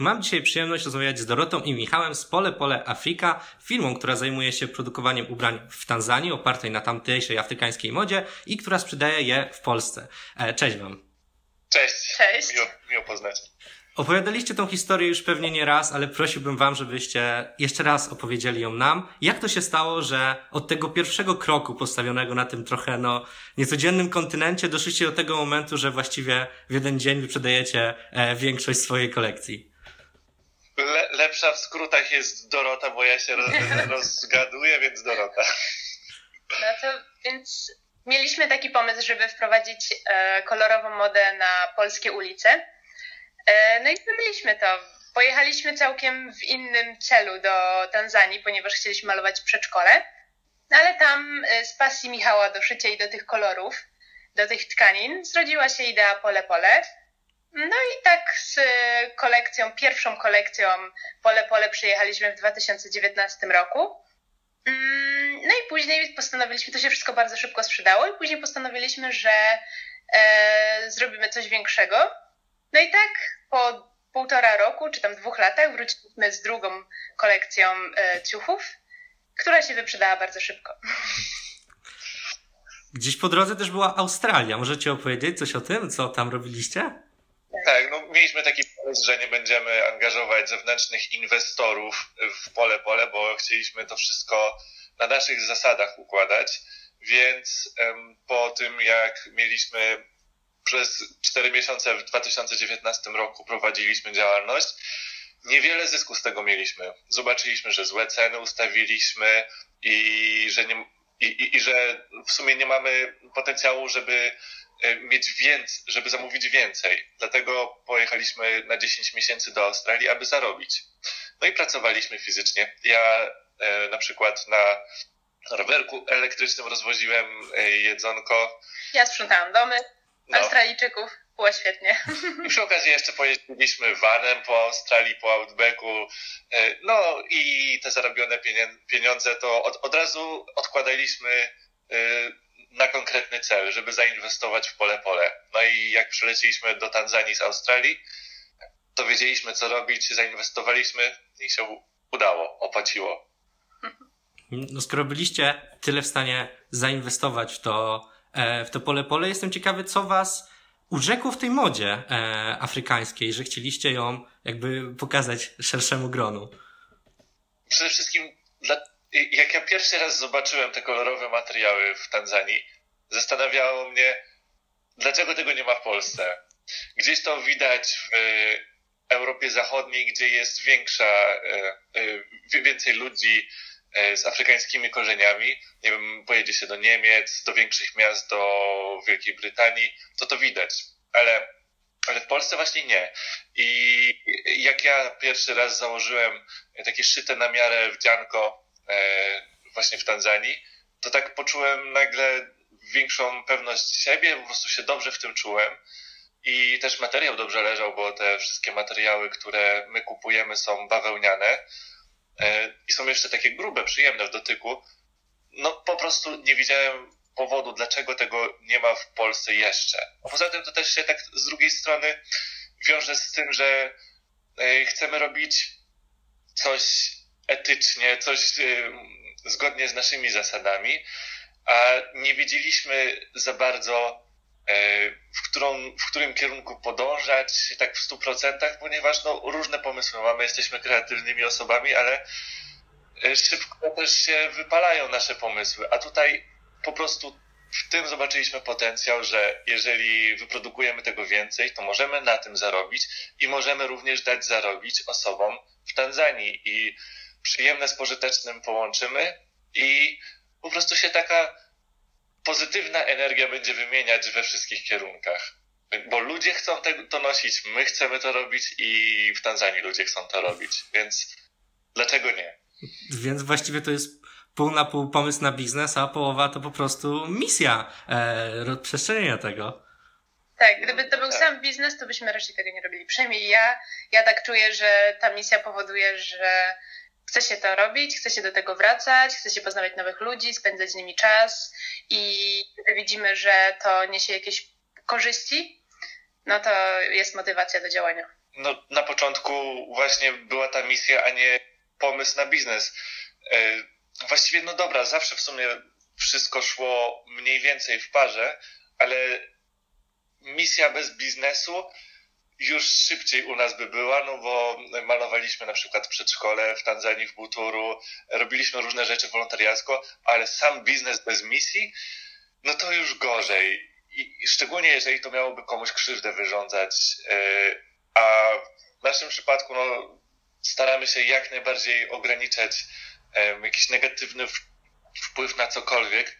Mam dzisiaj przyjemność rozmawiać z Dorotą i Michałem z Pole Pole Afrika, firmą, która zajmuje się produkowaniem ubrań w Tanzanii, opartej na tamtejszej afrykańskiej modzie i która sprzedaje je w Polsce. Cześć wam. Cześć. Cześć. Miło poznać. Opowiadaliście tą historię już pewnie nie raz, ale prosiłbym wam, żebyście jeszcze raz opowiedzieli ją nam. Jak to się stało, że od tego pierwszego kroku postawionego na tym trochę, niecodziennym kontynencie doszliście do tego momentu, że właściwie w jeden dzień wyprzedajecie większość swojej kolekcji? Lepsza w skrótach jest Dorota, bo ja się rozgaduję, więc Dorota. No to więc mieliśmy taki pomysł, żeby wprowadzić kolorową modę na polskie ulice. No i zrobiliśmy to. Pojechaliśmy całkiem w innym celu do Tanzanii, ponieważ chcieliśmy malować przedszkole. No ale tam z pasji Michała do szycia i do tych kolorów, do tych tkanin zrodziła się idea Pole Pole. No i tak z pierwszą kolekcją Pole Pole przyjechaliśmy w 2019 roku. No i później postanowiliśmy, to się wszystko bardzo szybko sprzedało i później postanowiliśmy, że zrobimy coś większego. No i tak po 1,5 roku, czy tam 2 latach wróciliśmy z drugą kolekcją ciuchów, która się wyprzedała bardzo szybko. Gdzieś po drodze też była Australia. Możecie opowiedzieć coś o tym, co tam robiliście? Tak, mieliśmy taki pomysł, że nie będziemy angażować zewnętrznych inwestorów w Pole Pole, bo chcieliśmy to wszystko na naszych zasadach układać, więc po tym jak mieliśmy przez 4 miesiące w 2019 roku prowadziliśmy działalność, niewiele zysku z tego mieliśmy. Zobaczyliśmy, że złe ceny ustawiliśmy i że w sumie nie mamy potencjału, żeby żeby zamówić więcej. Dlatego pojechaliśmy na 10 miesięcy do Australii, aby zarobić. No i pracowaliśmy fizycznie. Ja na przykład na rowerku elektrycznym rozwoziłem jedzonko. Ja sprzątałam domy Australijczyków. Było świetnie. I przy okazji jeszcze pojeździliśmy vanem po Australii, po Outbacku. No i te zarobione pieniądze to od razu odkładaliśmy na konkretny cel, żeby zainwestować w Pole Pole. No i jak przyleciliśmy do Tanzanii z Australii, to wiedzieliśmy, co robić, zainwestowaliśmy i się udało, opłaciło. No skoro byliście tyle w stanie zainwestować w to Pole Pole, jestem ciekawy, co was urzekło w tej modzie afrykańskiej, że chcieliście ją jakby pokazać szerszemu gronu. Przede wszystkim jak ja pierwszy raz zobaczyłem te kolorowe materiały w Tanzanii, zastanawiało mnie, dlaczego tego nie ma w Polsce. Gdzieś to widać w Europie Zachodniej, gdzie jest więcej ludzi z afrykańskimi korzeniami. Nie wiem, pojedzie się do Niemiec, do większych miast, do Wielkiej Brytanii, to widać. Ale w Polsce właśnie nie. I jak ja pierwszy raz założyłem takie szyte na miarę wdzianko właśnie w Tanzanii, to tak poczułem nagle większą pewność siebie, po prostu się dobrze w tym czułem i też materiał dobrze leżał, bo te wszystkie materiały, które my kupujemy, są bawełniane i są jeszcze takie grube, przyjemne w dotyku. No po prostu nie widziałem powodu, dlaczego tego nie ma w Polsce jeszcze. A poza tym to też się tak z drugiej strony wiąże z tym, że chcemy robić coś etycznie, coś zgodnie z naszymi zasadami, a nie wiedzieliśmy za bardzo, w którym kierunku podążać tak w 100%, ponieważ różne pomysły mamy, jesteśmy kreatywnymi osobami, ale szybko też się wypalają nasze pomysły, a tutaj po prostu w tym zobaczyliśmy potencjał, że jeżeli wyprodukujemy tego więcej, to możemy na tym zarobić i możemy również dać zarobić osobom w Tanzanii i przyjemne z pożytecznym połączymy i po prostu się taka pozytywna energia będzie wymieniać we wszystkich kierunkach. Bo ludzie chcą to nosić, my chcemy to robić i w Tanzanii ludzie chcą to robić, więc dlaczego nie? Więc właściwie to jest pół na pół pomysł na biznes, a połowa to po prostu misja rozprzestrzenienia tego. Tak, gdyby to był sam biznes, to byśmy raczej tego nie robili. Przynajmniej ja tak czuję, że ta misja powoduje, że chce się to robić, chce się do tego wracać, chce się poznawać nowych ludzi, spędzać z nimi czas i gdy widzimy, że to niesie jakieś korzyści, no to jest motywacja do działania. no, na początku właśnie była ta misja, a nie pomysł na biznes. Właściwie, no dobra, zawsze w sumie wszystko szło mniej więcej w parze, ale misja bez biznesu już szybciej u nas by była, no bo malowaliśmy na przykład przedszkole w Tanzanii, w Buturu, robiliśmy różne rzeczy wolontariacko, ale sam biznes bez misji, no to już gorzej. I szczególnie jeżeli to miałoby komuś krzywdę wyrządzać. A w naszym przypadku no, staramy się jak najbardziej ograniczać jakiś negatywny wpływ na cokolwiek.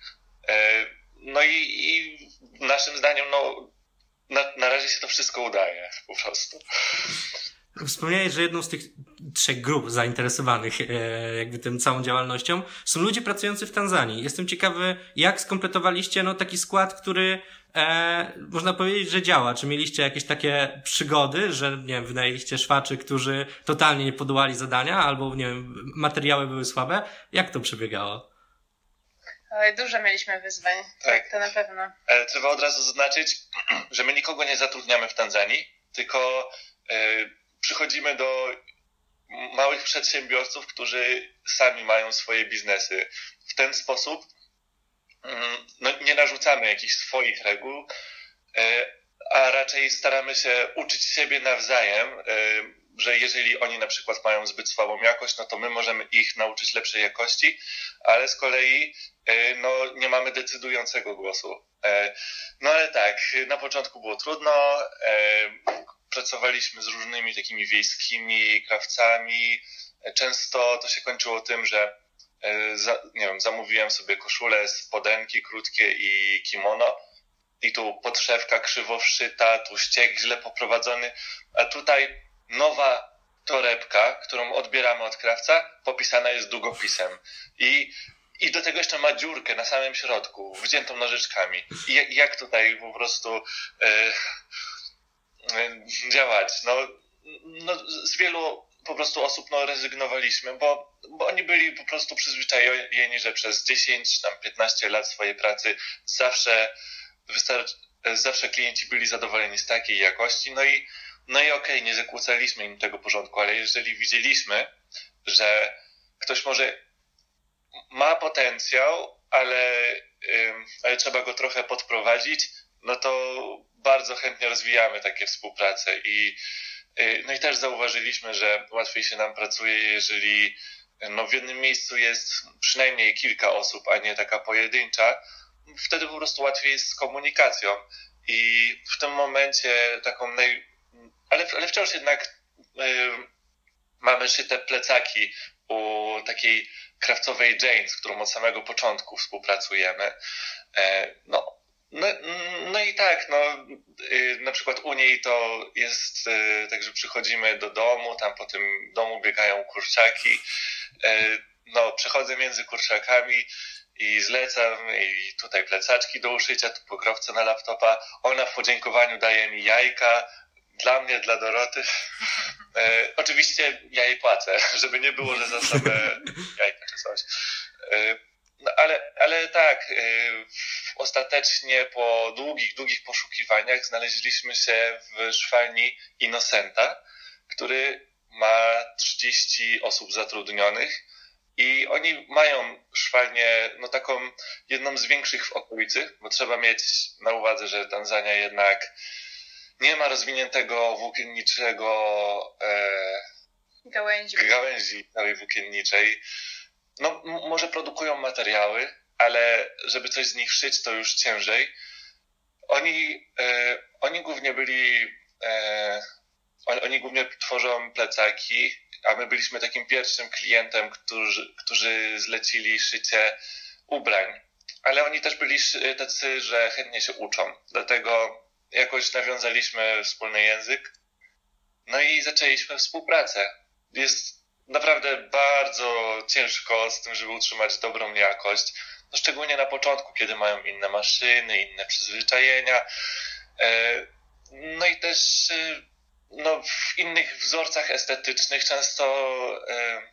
No i naszym zdaniem no, na razie się to wszystko udaje po prostu. Wspomniałeś, że jedną z tych 3 grup zainteresowanych jakby tym całą działalnością są ludzie pracujący w Tanzanii. Jestem ciekawy, jak skompletowaliście no taki skład, który można powiedzieć, że działa. Czy mieliście jakieś takie przygody, że nie wiem, wynajęliście szwaczy, którzy totalnie nie podołali zadania, albo nie wiem, materiały były słabe? Jak to przebiegało? Dużo mieliśmy wyzwań, tak to na pewno. Trzeba od razu zaznaczyć, że my nikogo nie zatrudniamy w Tanzanii, tylko przychodzimy do małych przedsiębiorców, którzy sami mają swoje biznesy. W ten sposób no, nie narzucamy jakichś swoich reguł, a raczej staramy się uczyć siebie nawzajem, że jeżeli oni na przykład mają zbyt słabą jakość, no to my możemy ich nauczyć lepszej jakości, ale z kolei no, nie mamy decydującego głosu. No ale tak, na początku było trudno, pracowaliśmy z różnymi takimi wiejskimi krawcami. Często to się kończyło tym, że nie wiem, zamówiłem sobie koszulę, spodenki krótkie i kimono i tu podszewka krzywo wszyta, tu ścieg źle poprowadzony, a tutaj nowa torebka, którą odbieramy od krawca, popisana jest długopisem i do tego jeszcze ma dziurkę na samym środku, wyciętą nożyczkami. I jak tutaj po prostu działać? No z wielu po prostu osób no, rezygnowaliśmy, bo oni byli po prostu przyzwyczajeni, że przez 10, tam 15 lat swojej pracy zawsze klienci byli zadowoleni z takiej jakości, no i okej, nie zakłócaliśmy im tego porządku, ale jeżeli widzieliśmy, że ktoś może ma potencjał, ale trzeba go trochę podprowadzić, no to bardzo chętnie rozwijamy takie współprace no i też zauważyliśmy, że łatwiej się nam pracuje, jeżeli no w jednym miejscu jest przynajmniej kilka osób, a nie taka pojedyncza. Wtedy po prostu łatwiej jest z komunikacją i w tym momencie taką ale wciąż jednak mamy szyte plecaki u takiej krawcowej Jane, z którą od samego początku współpracujemy. No i tak, no, na przykład u niej to jest tak, że przychodzimy do domu, tam po tym domu biegają kurczaki, no przechodzę między kurczakami i zlecam i tutaj plecaczki do uszycia, tu pokrowce na laptopa, ona w podziękowaniu daje mi jajka, dla mnie, dla Doroty. Oczywiście ja jej płacę, żeby nie było, że za same jajka czy coś. No, ale tak, ostatecznie po długich poszukiwaniach znaleźliśmy się w szwalni Innocenta, który ma 30 osób zatrudnionych i oni mają szwalnię, no taką jedną z większych w okolicy, bo trzeba mieć na uwadze, że Tanzania jednak nie ma rozwiniętego włókienniczego gałęzi całej włókienniczej. No, może produkują materiały, ale żeby coś z nich szyć, to już ciężej. Oni głównie tworzą plecaki, a my byliśmy takim pierwszym klientem, którzy zlecili szycie ubrań. Ale oni też byli tacy, że chętnie się uczą. Dlatego jakoś nawiązaliśmy wspólny język. No i zaczęliśmy współpracę. Jest naprawdę bardzo ciężko z tym, żeby utrzymać dobrą jakość. No szczególnie na początku, kiedy mają inne maszyny, inne przyzwyczajenia. No i też no, w innych wzorcach estetycznych często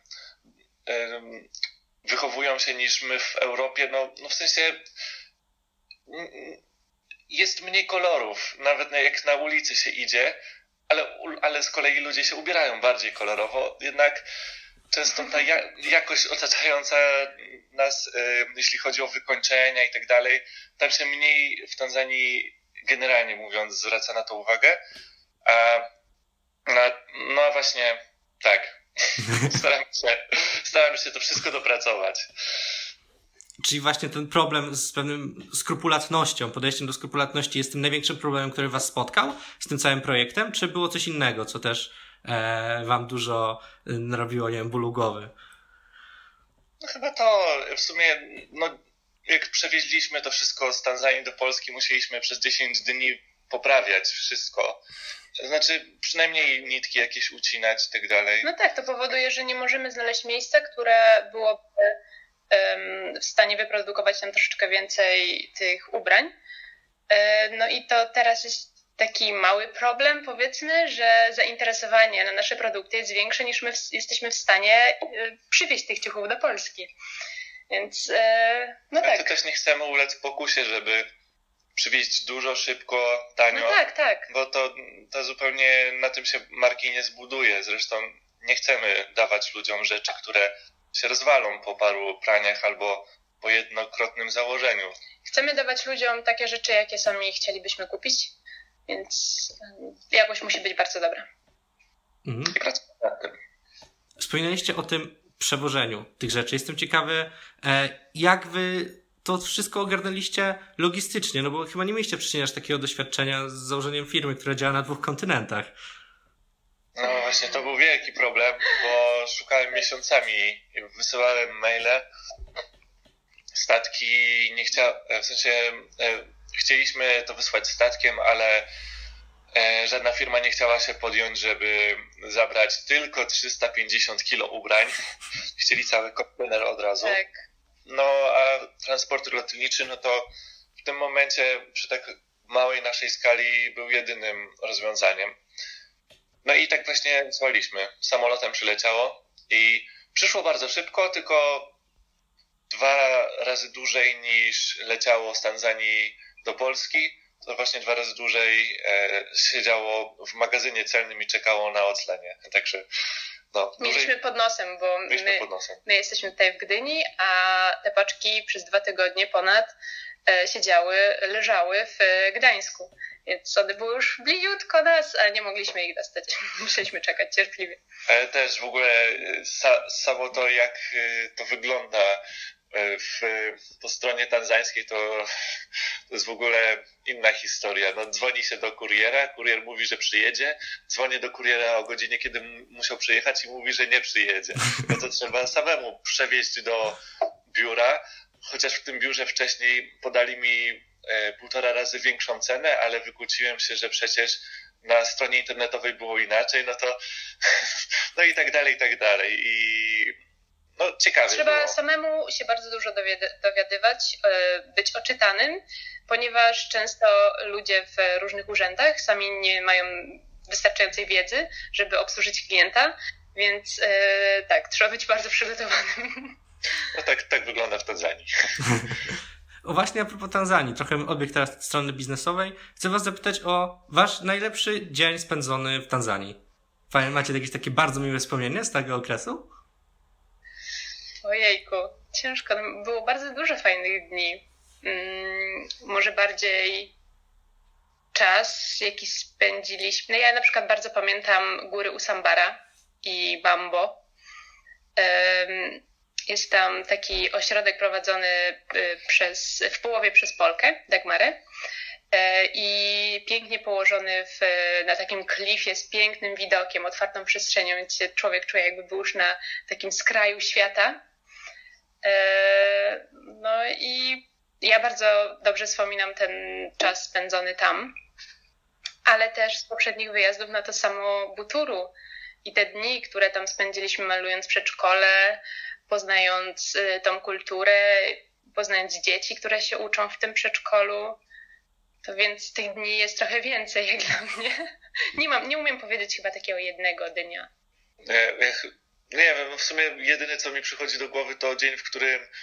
wychowują się niż my w Europie. No w sensie jest mniej kolorów. Nawet jak na ulicy się idzie, ale z kolei ludzie się ubierają bardziej kolorowo, jednak często ta jakość otaczająca nas, jeśli chodzi o wykończenia i tak dalej, tam się mniej w Tanzanii, generalnie mówiąc, zwraca na to uwagę. No a właśnie tak, staramy się to wszystko dopracować. Czyli właśnie ten problem z pewnym skrupulatnością, podejściem do skrupulatności jest tym największym problemem, który was spotkał z tym całym projektem, czy było coś innego, co też wam dużo narobiło, nie wiem, bólu głowy? No chyba to w sumie, no jak przewieźliśmy to wszystko z Tanzanii do Polski, musieliśmy przez 10 dni poprawiać wszystko. Znaczy przynajmniej nitki jakieś ucinać i tak dalej. No tak, to powoduje, że nie możemy znaleźć miejsca, które byłoby w stanie wyprodukować nam troszeczkę więcej tych ubrań. No i to teraz jest taki mały problem, powiedzmy, że zainteresowanie na nasze produkty jest większe niż my jesteśmy w stanie przywieźć tych ciuchów do Polski. Więc no tak. Ale to też nie chcemy ulec pokusie, żeby przywieźć dużo, szybko, tanio. No tak. Bo to zupełnie na tym się marki nie zbuduje. Zresztą nie chcemy dawać ludziom rzeczy, które się rozwalą po paru praniach albo po jednokrotnym założeniu. Chcemy dawać ludziom takie rzeczy, jakie sami chcielibyśmy kupić, więc jakość musi być bardzo dobra. I pracujemy nad tym. Wspominaliście o tym przewożeniu tych rzeczy. Jestem ciekawy, jak wy to wszystko ogarnęliście logistycznie, no bo chyba nie mieliście przecież aż takiego doświadczenia z założeniem firmy, która działa na 2 kontynentach. No właśnie, to był wielki problem, bo szukałem miesiącami, wysyłałem maile, statki nie chcieliśmy to wysłać statkiem, ale żadna firma nie chciała się podjąć, żeby zabrać tylko 350 kilo ubrań. Chcieli cały kontener od razu. Tak. No a transport lotniczy, no to w tym momencie przy tak małej naszej skali był jedynym rozwiązaniem. No i tak właśnie wysłaliśmy. Samolotem przyleciało i przyszło bardzo szybko, tylko 2 razy dłużej niż leciało z Tanzanii do Polski. To właśnie 2 razy dłużej siedziało w magazynie celnym i czekało na oclenie. Także no, Mieliśmy pod nosem, bo my jesteśmy tutaj w Gdyni, a te paczki przez 2 tygodnie ponad leżały w Gdańsku. Więc one były już bliziutko nas, a nie mogliśmy ich dostać. Musieliśmy czekać cierpliwie. Ale też w ogóle samo to, jak to wygląda po stronie tanzańskiej, to jest w ogóle inna historia. No, dzwoni się do kuriera, kurier mówi, że przyjedzie, dzwonię do kuriera o godzinie, kiedy musiał przyjechać i mówi, że nie przyjedzie. No to trzeba samemu przewieźć do biura, chociaż w tym biurze wcześniej podali mi 1,5 razy większą cenę, ale wykłóciłem się, że przecież na stronie internetowej było inaczej, no to no i tak dalej. I no ciekawie Trzeba było. samemu się bardzo dużo dowiadywać, być oczytanym, ponieważ często ludzie w różnych urzędach sami nie mają wystarczającej wiedzy, żeby obsłużyć klienta, więc tak, trzeba być bardzo przygotowanym. No tak wygląda w Tanzanii. O właśnie a propos Tanzanii, trochę odbieg teraz od strony biznesowej. Chcę was zapytać o wasz najlepszy dzień spędzony w Tanzanii. Macie jakieś takie bardzo miłe wspomnienie z tego okresu? Ojejku, ciężko. Było bardzo dużo fajnych dni. Może bardziej czas, jaki spędziliśmy. No ja na przykład bardzo pamiętam góry Usambara i Bambo. Jest tam taki ośrodek prowadzony w połowie przez Polkę, Dagmarę, i pięknie położony na takim klifie z pięknym widokiem, otwartą przestrzenią, gdzie człowiek czuje, jakby był już na takim skraju świata. No i ja bardzo dobrze wspominam ten czas spędzony tam, ale też z poprzednich wyjazdów na to samo Buturu i te dni, które tam spędziliśmy malując przedszkole, poznając tą kulturę, poznając dzieci, które się uczą w tym przedszkolu. To więc tych dni jest trochę więcej jak dla mnie. Nie umiem powiedzieć chyba takiego jednego dnia. Nie wiem, w sumie jedyne co mi przychodzi do głowy to dzień, w którym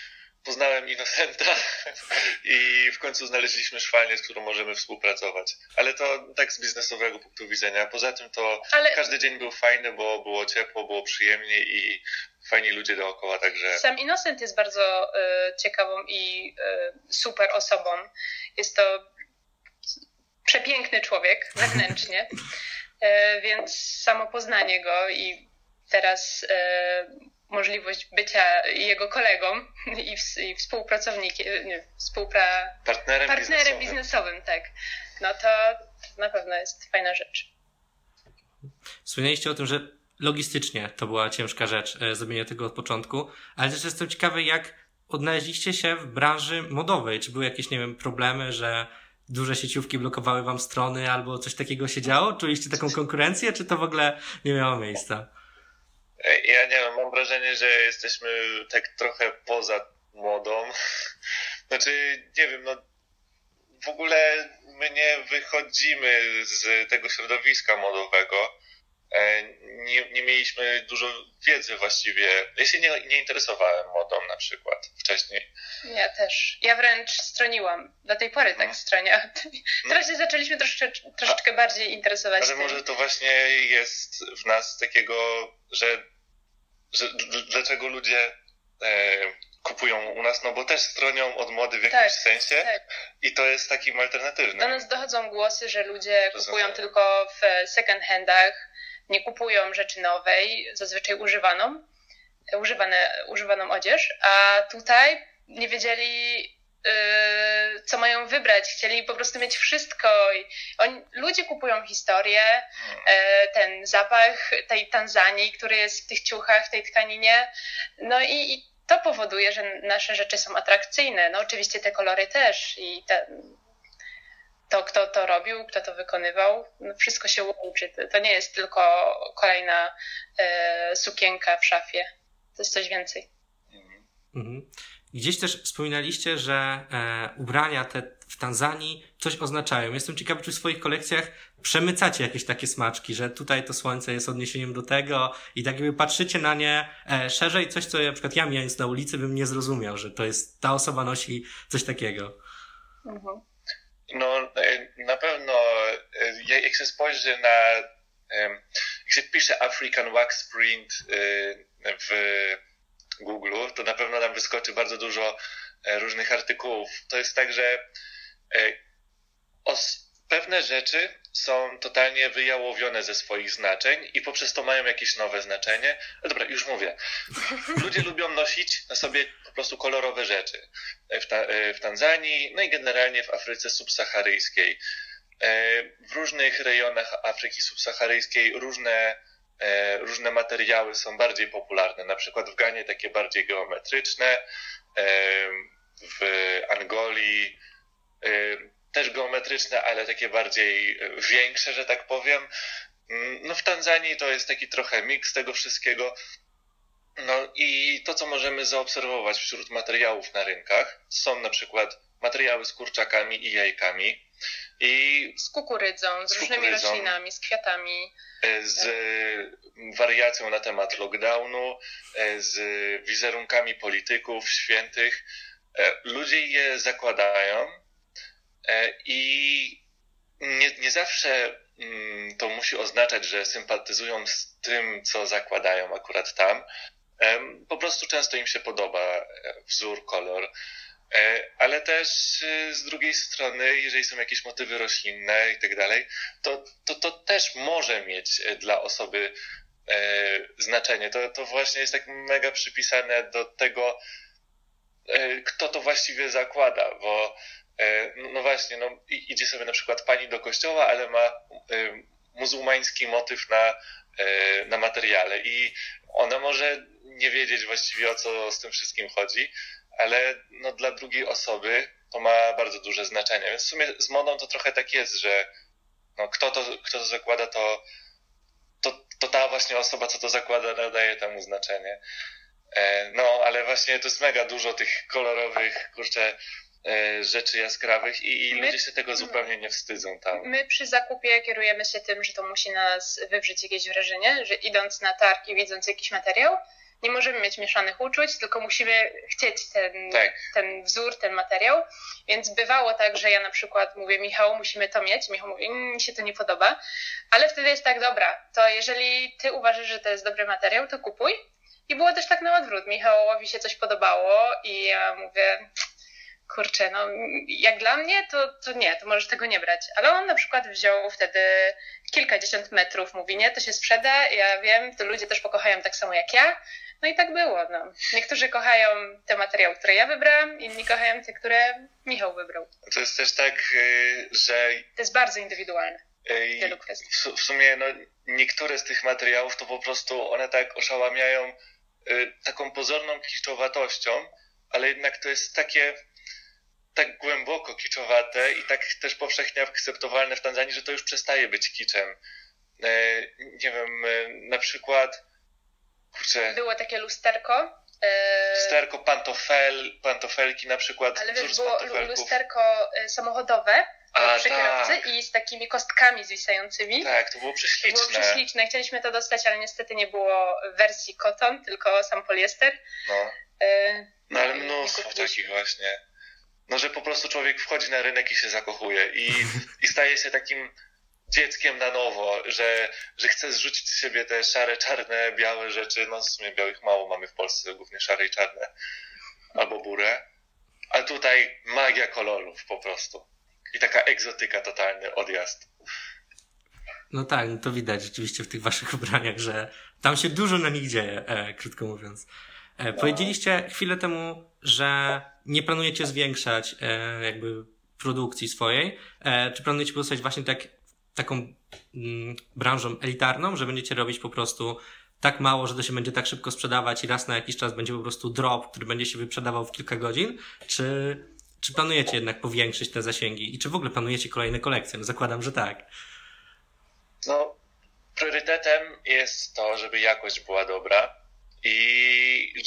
poznałem Innocenta i w końcu znaleźliśmy szwalnię, z którą możemy współpracować. Ale to tak z biznesowego punktu widzenia. Poza tym to każdy dzień był fajny, bo było ciepło, było przyjemnie i fajni ludzie dookoła, także... Sam Innocent jest bardzo ciekawą i super osobą. Jest to przepiękny człowiek wewnętrznie, więc samo poznanie go i teraz możliwość bycia jego kolegą i współpracownikiem, partnerem biznesowym, tak. No to na pewno jest fajna rzecz. Wspomnieliście o tym, że logistycznie to była ciężka rzecz, zrobienie tego od początku, ale też jestem ciekawy, jak odnaleźliście się w branży modowej. Czy były jakieś, nie wiem, problemy, że duże sieciówki blokowały wam strony albo coś takiego się działo? Czuliście taką konkurencję, czy to w ogóle nie miało miejsca? Ja nie wiem, mam wrażenie, że jesteśmy tak trochę poza modą. Znaczy, nie wiem, no w ogóle my nie wychodzimy z tego środowiska modowego. Nie mieliśmy dużo wiedzy właściwie. Ja się nie interesowałem modą na przykład wcześniej. Ja też. Ja wręcz stroniłam. Do tej pory tak stronię. Teraz się zaczęliśmy troszeczkę bardziej interesować ale tym. może to właśnie jest w nas takiego, że dlaczego ludzie kupują u nas, no bo też stronią od mody w jakimś sensie i to jest takim alternatywnym. Do nas dochodzą głosy, że ludzie kupują tylko w second handach, nie kupują rzeczy nowej, zazwyczaj używaną odzież, a tutaj nie wiedzieli, co mają wybrać. Chcieli po prostu mieć wszystko. Ludzie kupują historię, ten zapach tej Tanzanii, który jest w tych ciuchach, w tej tkaninie. No i to powoduje, że nasze rzeczy są atrakcyjne. No oczywiście te kolory też i to, kto to robił, kto to wykonywał, no wszystko się łączy. To nie jest tylko kolejna sukienka w szafie. To jest coś więcej. Mhm. Gdzieś też wspominaliście, że ubrania te w Tanzanii coś oznaczają. Jestem ciekawy, czy w swoich kolekcjach przemycacie jakieś takie smaczki, że tutaj to słońce jest odniesieniem do tego i tak jakby patrzycie na nie szerzej, coś, co na przykład ja mijając na ulicy bym nie zrozumiał, że to jest, ta osoba nosi coś takiego. Mhm. No, na pewno, jak się spojrzy na, jak się pisze African Wax Print w Google, to na pewno tam wyskoczy bardzo dużo różnych artykułów. To jest tak, że pewne rzeczy są totalnie wyjałowione ze swoich znaczeń i poprzez to mają jakieś nowe znaczenie. No dobra, już mówię. Ludzie lubią nosić na sobie po prostu kolorowe rzeczy. W Tanzanii, no i generalnie w Afryce subsaharyjskiej. W różnych rejonach Afryki subsaharyjskiej różne materiały są bardziej popularne. Na przykład w Ganie takie bardziej geometryczne, w Angolii też geometryczne, ale takie bardziej większe, że tak powiem. No w Tanzanii to jest taki trochę miks tego wszystkiego. No i to, co możemy zaobserwować wśród materiałów na rynkach, są na przykład materiały z kurczakami i jajkami. Z kukurydzą, z różnymi roślinami, z kwiatami. Z wariacją na temat lockdownu, z wizerunkami polityków, świętych. Ludzie je zakładają i nie zawsze to musi oznaczać, że sympatyzują z tym, co zakładają akurat tam. Po prostu często im się podoba wzór, kolor. Ale też z drugiej strony, jeżeli są jakieś motywy roślinne i tak dalej, to też może mieć dla osoby znaczenie. To właśnie jest tak mega przypisane do tego, kto to właściwie zakłada, bo no właśnie, no, idzie sobie na przykład pani do kościoła, ale ma muzułmański motyw na materiale i ona może nie wiedzieć właściwie, o co z tym wszystkim chodzi, ale no, dla drugiej osoby to ma bardzo duże znaczenie. Więc w sumie z modą to trochę tak jest, że no, kto to zakłada, to ta właśnie osoba, co to zakłada, nadaje temu znaczenie. No, ale właśnie to jest mega dużo tych kolorowych, rzeczy jaskrawych i ludzie się tego zupełnie nie wstydzą tam. My przy zakupie kierujemy się tym, że to musi na nas wywrzeć jakieś wrażenie, że idąc na targ i widząc jakiś materiał, nie możemy mieć mieszanych uczuć, tylko musimy chcieć Tak. ten wzór, ten materiał. Więc bywało tak, że ja na przykład mówię, Michał, musimy to mieć. Michał mówi, mi się to nie podoba. Ale wtedy jest tak, dobra, to jeżeli ty uważasz, że to jest dobry materiał, to kupuj. I było też tak na odwrót. Michałowi się coś podobało i ja mówię, kurczę, no jak dla mnie, to nie, to możesz tego nie brać. Ale on na przykład wziął wtedy kilkadziesiąt metrów, mówi, nie, to się sprzeda, ja wiem, to ludzie też pokochają tak samo jak ja. No i tak było, no. Niektórzy kochają te materiały, które ja wybrałam, inni kochają te, które Michał wybrał. To jest też tak, że... To jest bardzo indywidualne w wielu kwestiach. W sumie no, niektóre z tych materiałów to po prostu one tak oszałamiają taką pozorną kiczowatością, ale jednak to jest takie tak głęboko kiczowate i tak też powszechnie akceptowalne w Tanzanii, że to już przestaje być kiczem. Nie wiem, na przykład kurczę... Było takie lusterko. Lusterko, pantofelki na przykład. Ale wiesz, było lusterko samochodowe przy kierowcy i z takimi kostkami zwisającymi. Tak, to było prześliczne. To było prześliczne. Chcieliśmy to dostać, ale niestety nie było w wersji cotton, tylko sam poliester. No ale mnóstwo takich właśnie. No, że po prostu człowiek wchodzi na rynek i się zakochuje i staje się takim dzieckiem na nowo, że chce zrzucić z siebie te szare, czarne, białe rzeczy. No w sumie białych mało mamy w Polsce, głównie szare i czarne. Albo burę. A tutaj magia kolorów po prostu. I taka egzotyka, totalny odjazd. No tak, no to widać rzeczywiście w tych waszych ubraniach, że tam się dużo na nich dzieje, krótko mówiąc. Powiedzieliście chwilę temu, że nie planujecie zwiększać jakby produkcji swojej. Czy planujecie pozostać właśnie taką branżą elitarną, że będziecie robić po prostu tak mało, że to się będzie tak szybko sprzedawać i raz na jakiś czas będzie po prostu drop, który będzie się wyprzedawał w kilka godzin? Czy planujecie jednak powiększyć te zasięgi? I czy w ogóle planujecie kolejne kolekcje? No zakładam, że tak. No, priorytetem jest to, żeby jakość była dobra i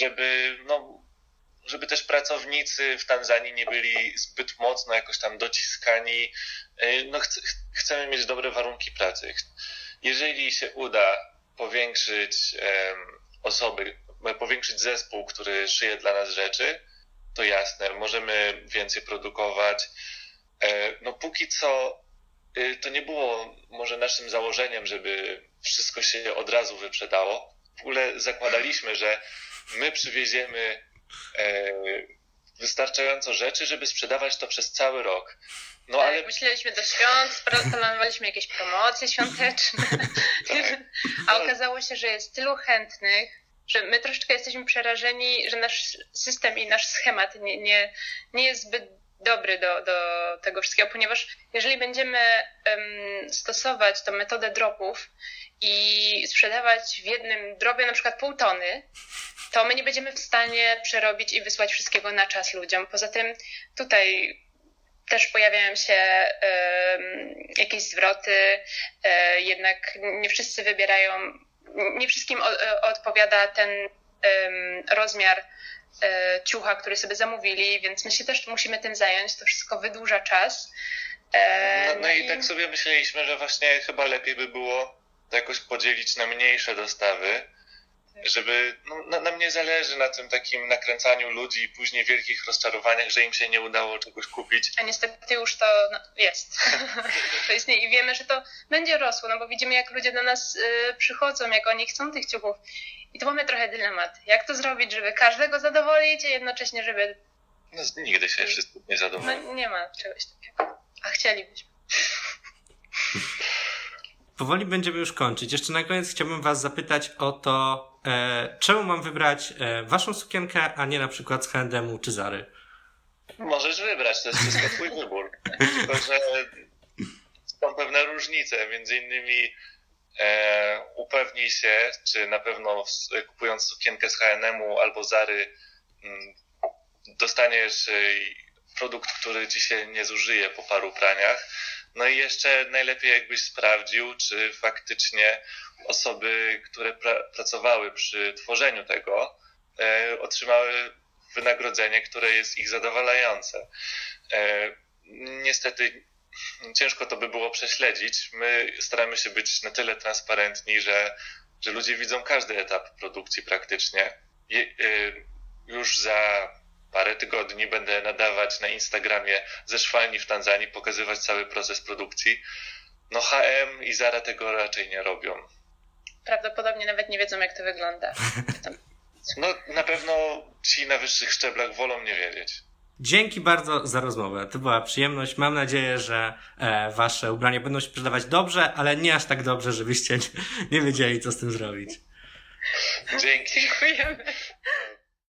żeby też pracownicy w Tanzanii nie byli zbyt mocno jakoś tam dociskani. No, chcemy mieć dobre warunki pracy. Jeżeli się uda powiększyć zespół, który szyje dla nas rzeczy, to jasne, możemy więcej produkować. No póki co to nie było może naszym założeniem, żeby wszystko się od razu wyprzedało. W ogóle zakładaliśmy, że my przywieziemy wystarczająco rzeczy, żeby sprzedawać to przez cały rok. No, tak, ale... Myśleliśmy do świąt, planowaliśmy jakieś promocje świąteczne, tak. A okazało się, że jest tylu chętnych, że my troszeczkę jesteśmy przerażeni, że nasz system i nasz schemat nie jest zbyt dobry do tego wszystkiego, ponieważ jeżeli będziemy stosować tą metodę dropów i sprzedawać w jednym dropie na przykład 0,5 tony, to my nie będziemy w stanie przerobić i wysłać wszystkiego na czas ludziom. Poza tym tutaj też pojawiają się jakieś zwroty, jednak nie wszyscy wybierają, nie wszystkim odpowiada ten rozmiar ciucha, który sobie zamówili, więc my się też musimy tym zająć, to wszystko wydłuża czas. No i tak sobie myśleliśmy, że właśnie chyba lepiej by było to jakoś podzielić na mniejsze dostawy, żeby, nam nie zależy na tym takim nakręcaniu ludzi i później wielkich rozczarowaniach, że im się nie udało czegoś kupić. A niestety już to jest. To istnieje i wiemy, że to będzie rosło, no bo widzimy, jak ludzie do nas przychodzą, jak oni chcą tych ciuchów. I tu mamy trochę dylemat. Jak to zrobić, żeby każdego zadowolić, a jednocześnie, żeby... No nigdy się wszystkich nie zadowoli. No nie ma czegoś takiego. A chcielibyśmy. Powoli będziemy już kończyć. Jeszcze na koniec chciałbym was zapytać o to, czemu mam wybrać waszą sukienkę, a nie na przykład z H&M czy Zary? Możesz wybrać, to jest wszystko twój wybór. Tylko, że są pewne różnice. Między innymi upewnij się, czy na pewno kupując sukienkę z H&M-u albo Zary dostaniesz produkt, który ci się nie zużyje po paru praniach. No i jeszcze najlepiej jakbyś sprawdził, czy faktycznie osoby, które pracowały przy tworzeniu tego, otrzymały wynagrodzenie, które jest ich zadowalające. Niestety ciężko to by było prześledzić. My staramy się być na tyle transparentni, że że ludzie widzą każdy etap produkcji praktycznie. Już za parę tygodni będę nadawać na Instagramie ze szwalni w Tanzanii, pokazywać cały proces produkcji. No HM i Zara tego raczej nie robią. Prawdopodobnie nawet nie wiedzą, jak to wygląda. No na pewno ci na wyższych szczeblach wolą nie wiedzieć. Dzięki bardzo za rozmowę. To była przyjemność. Mam nadzieję, że wasze ubrania będą się sprzedawać dobrze, ale nie aż tak dobrze, żebyście nie wiedzieli, co z tym zrobić. Dzięki. Dziękujemy.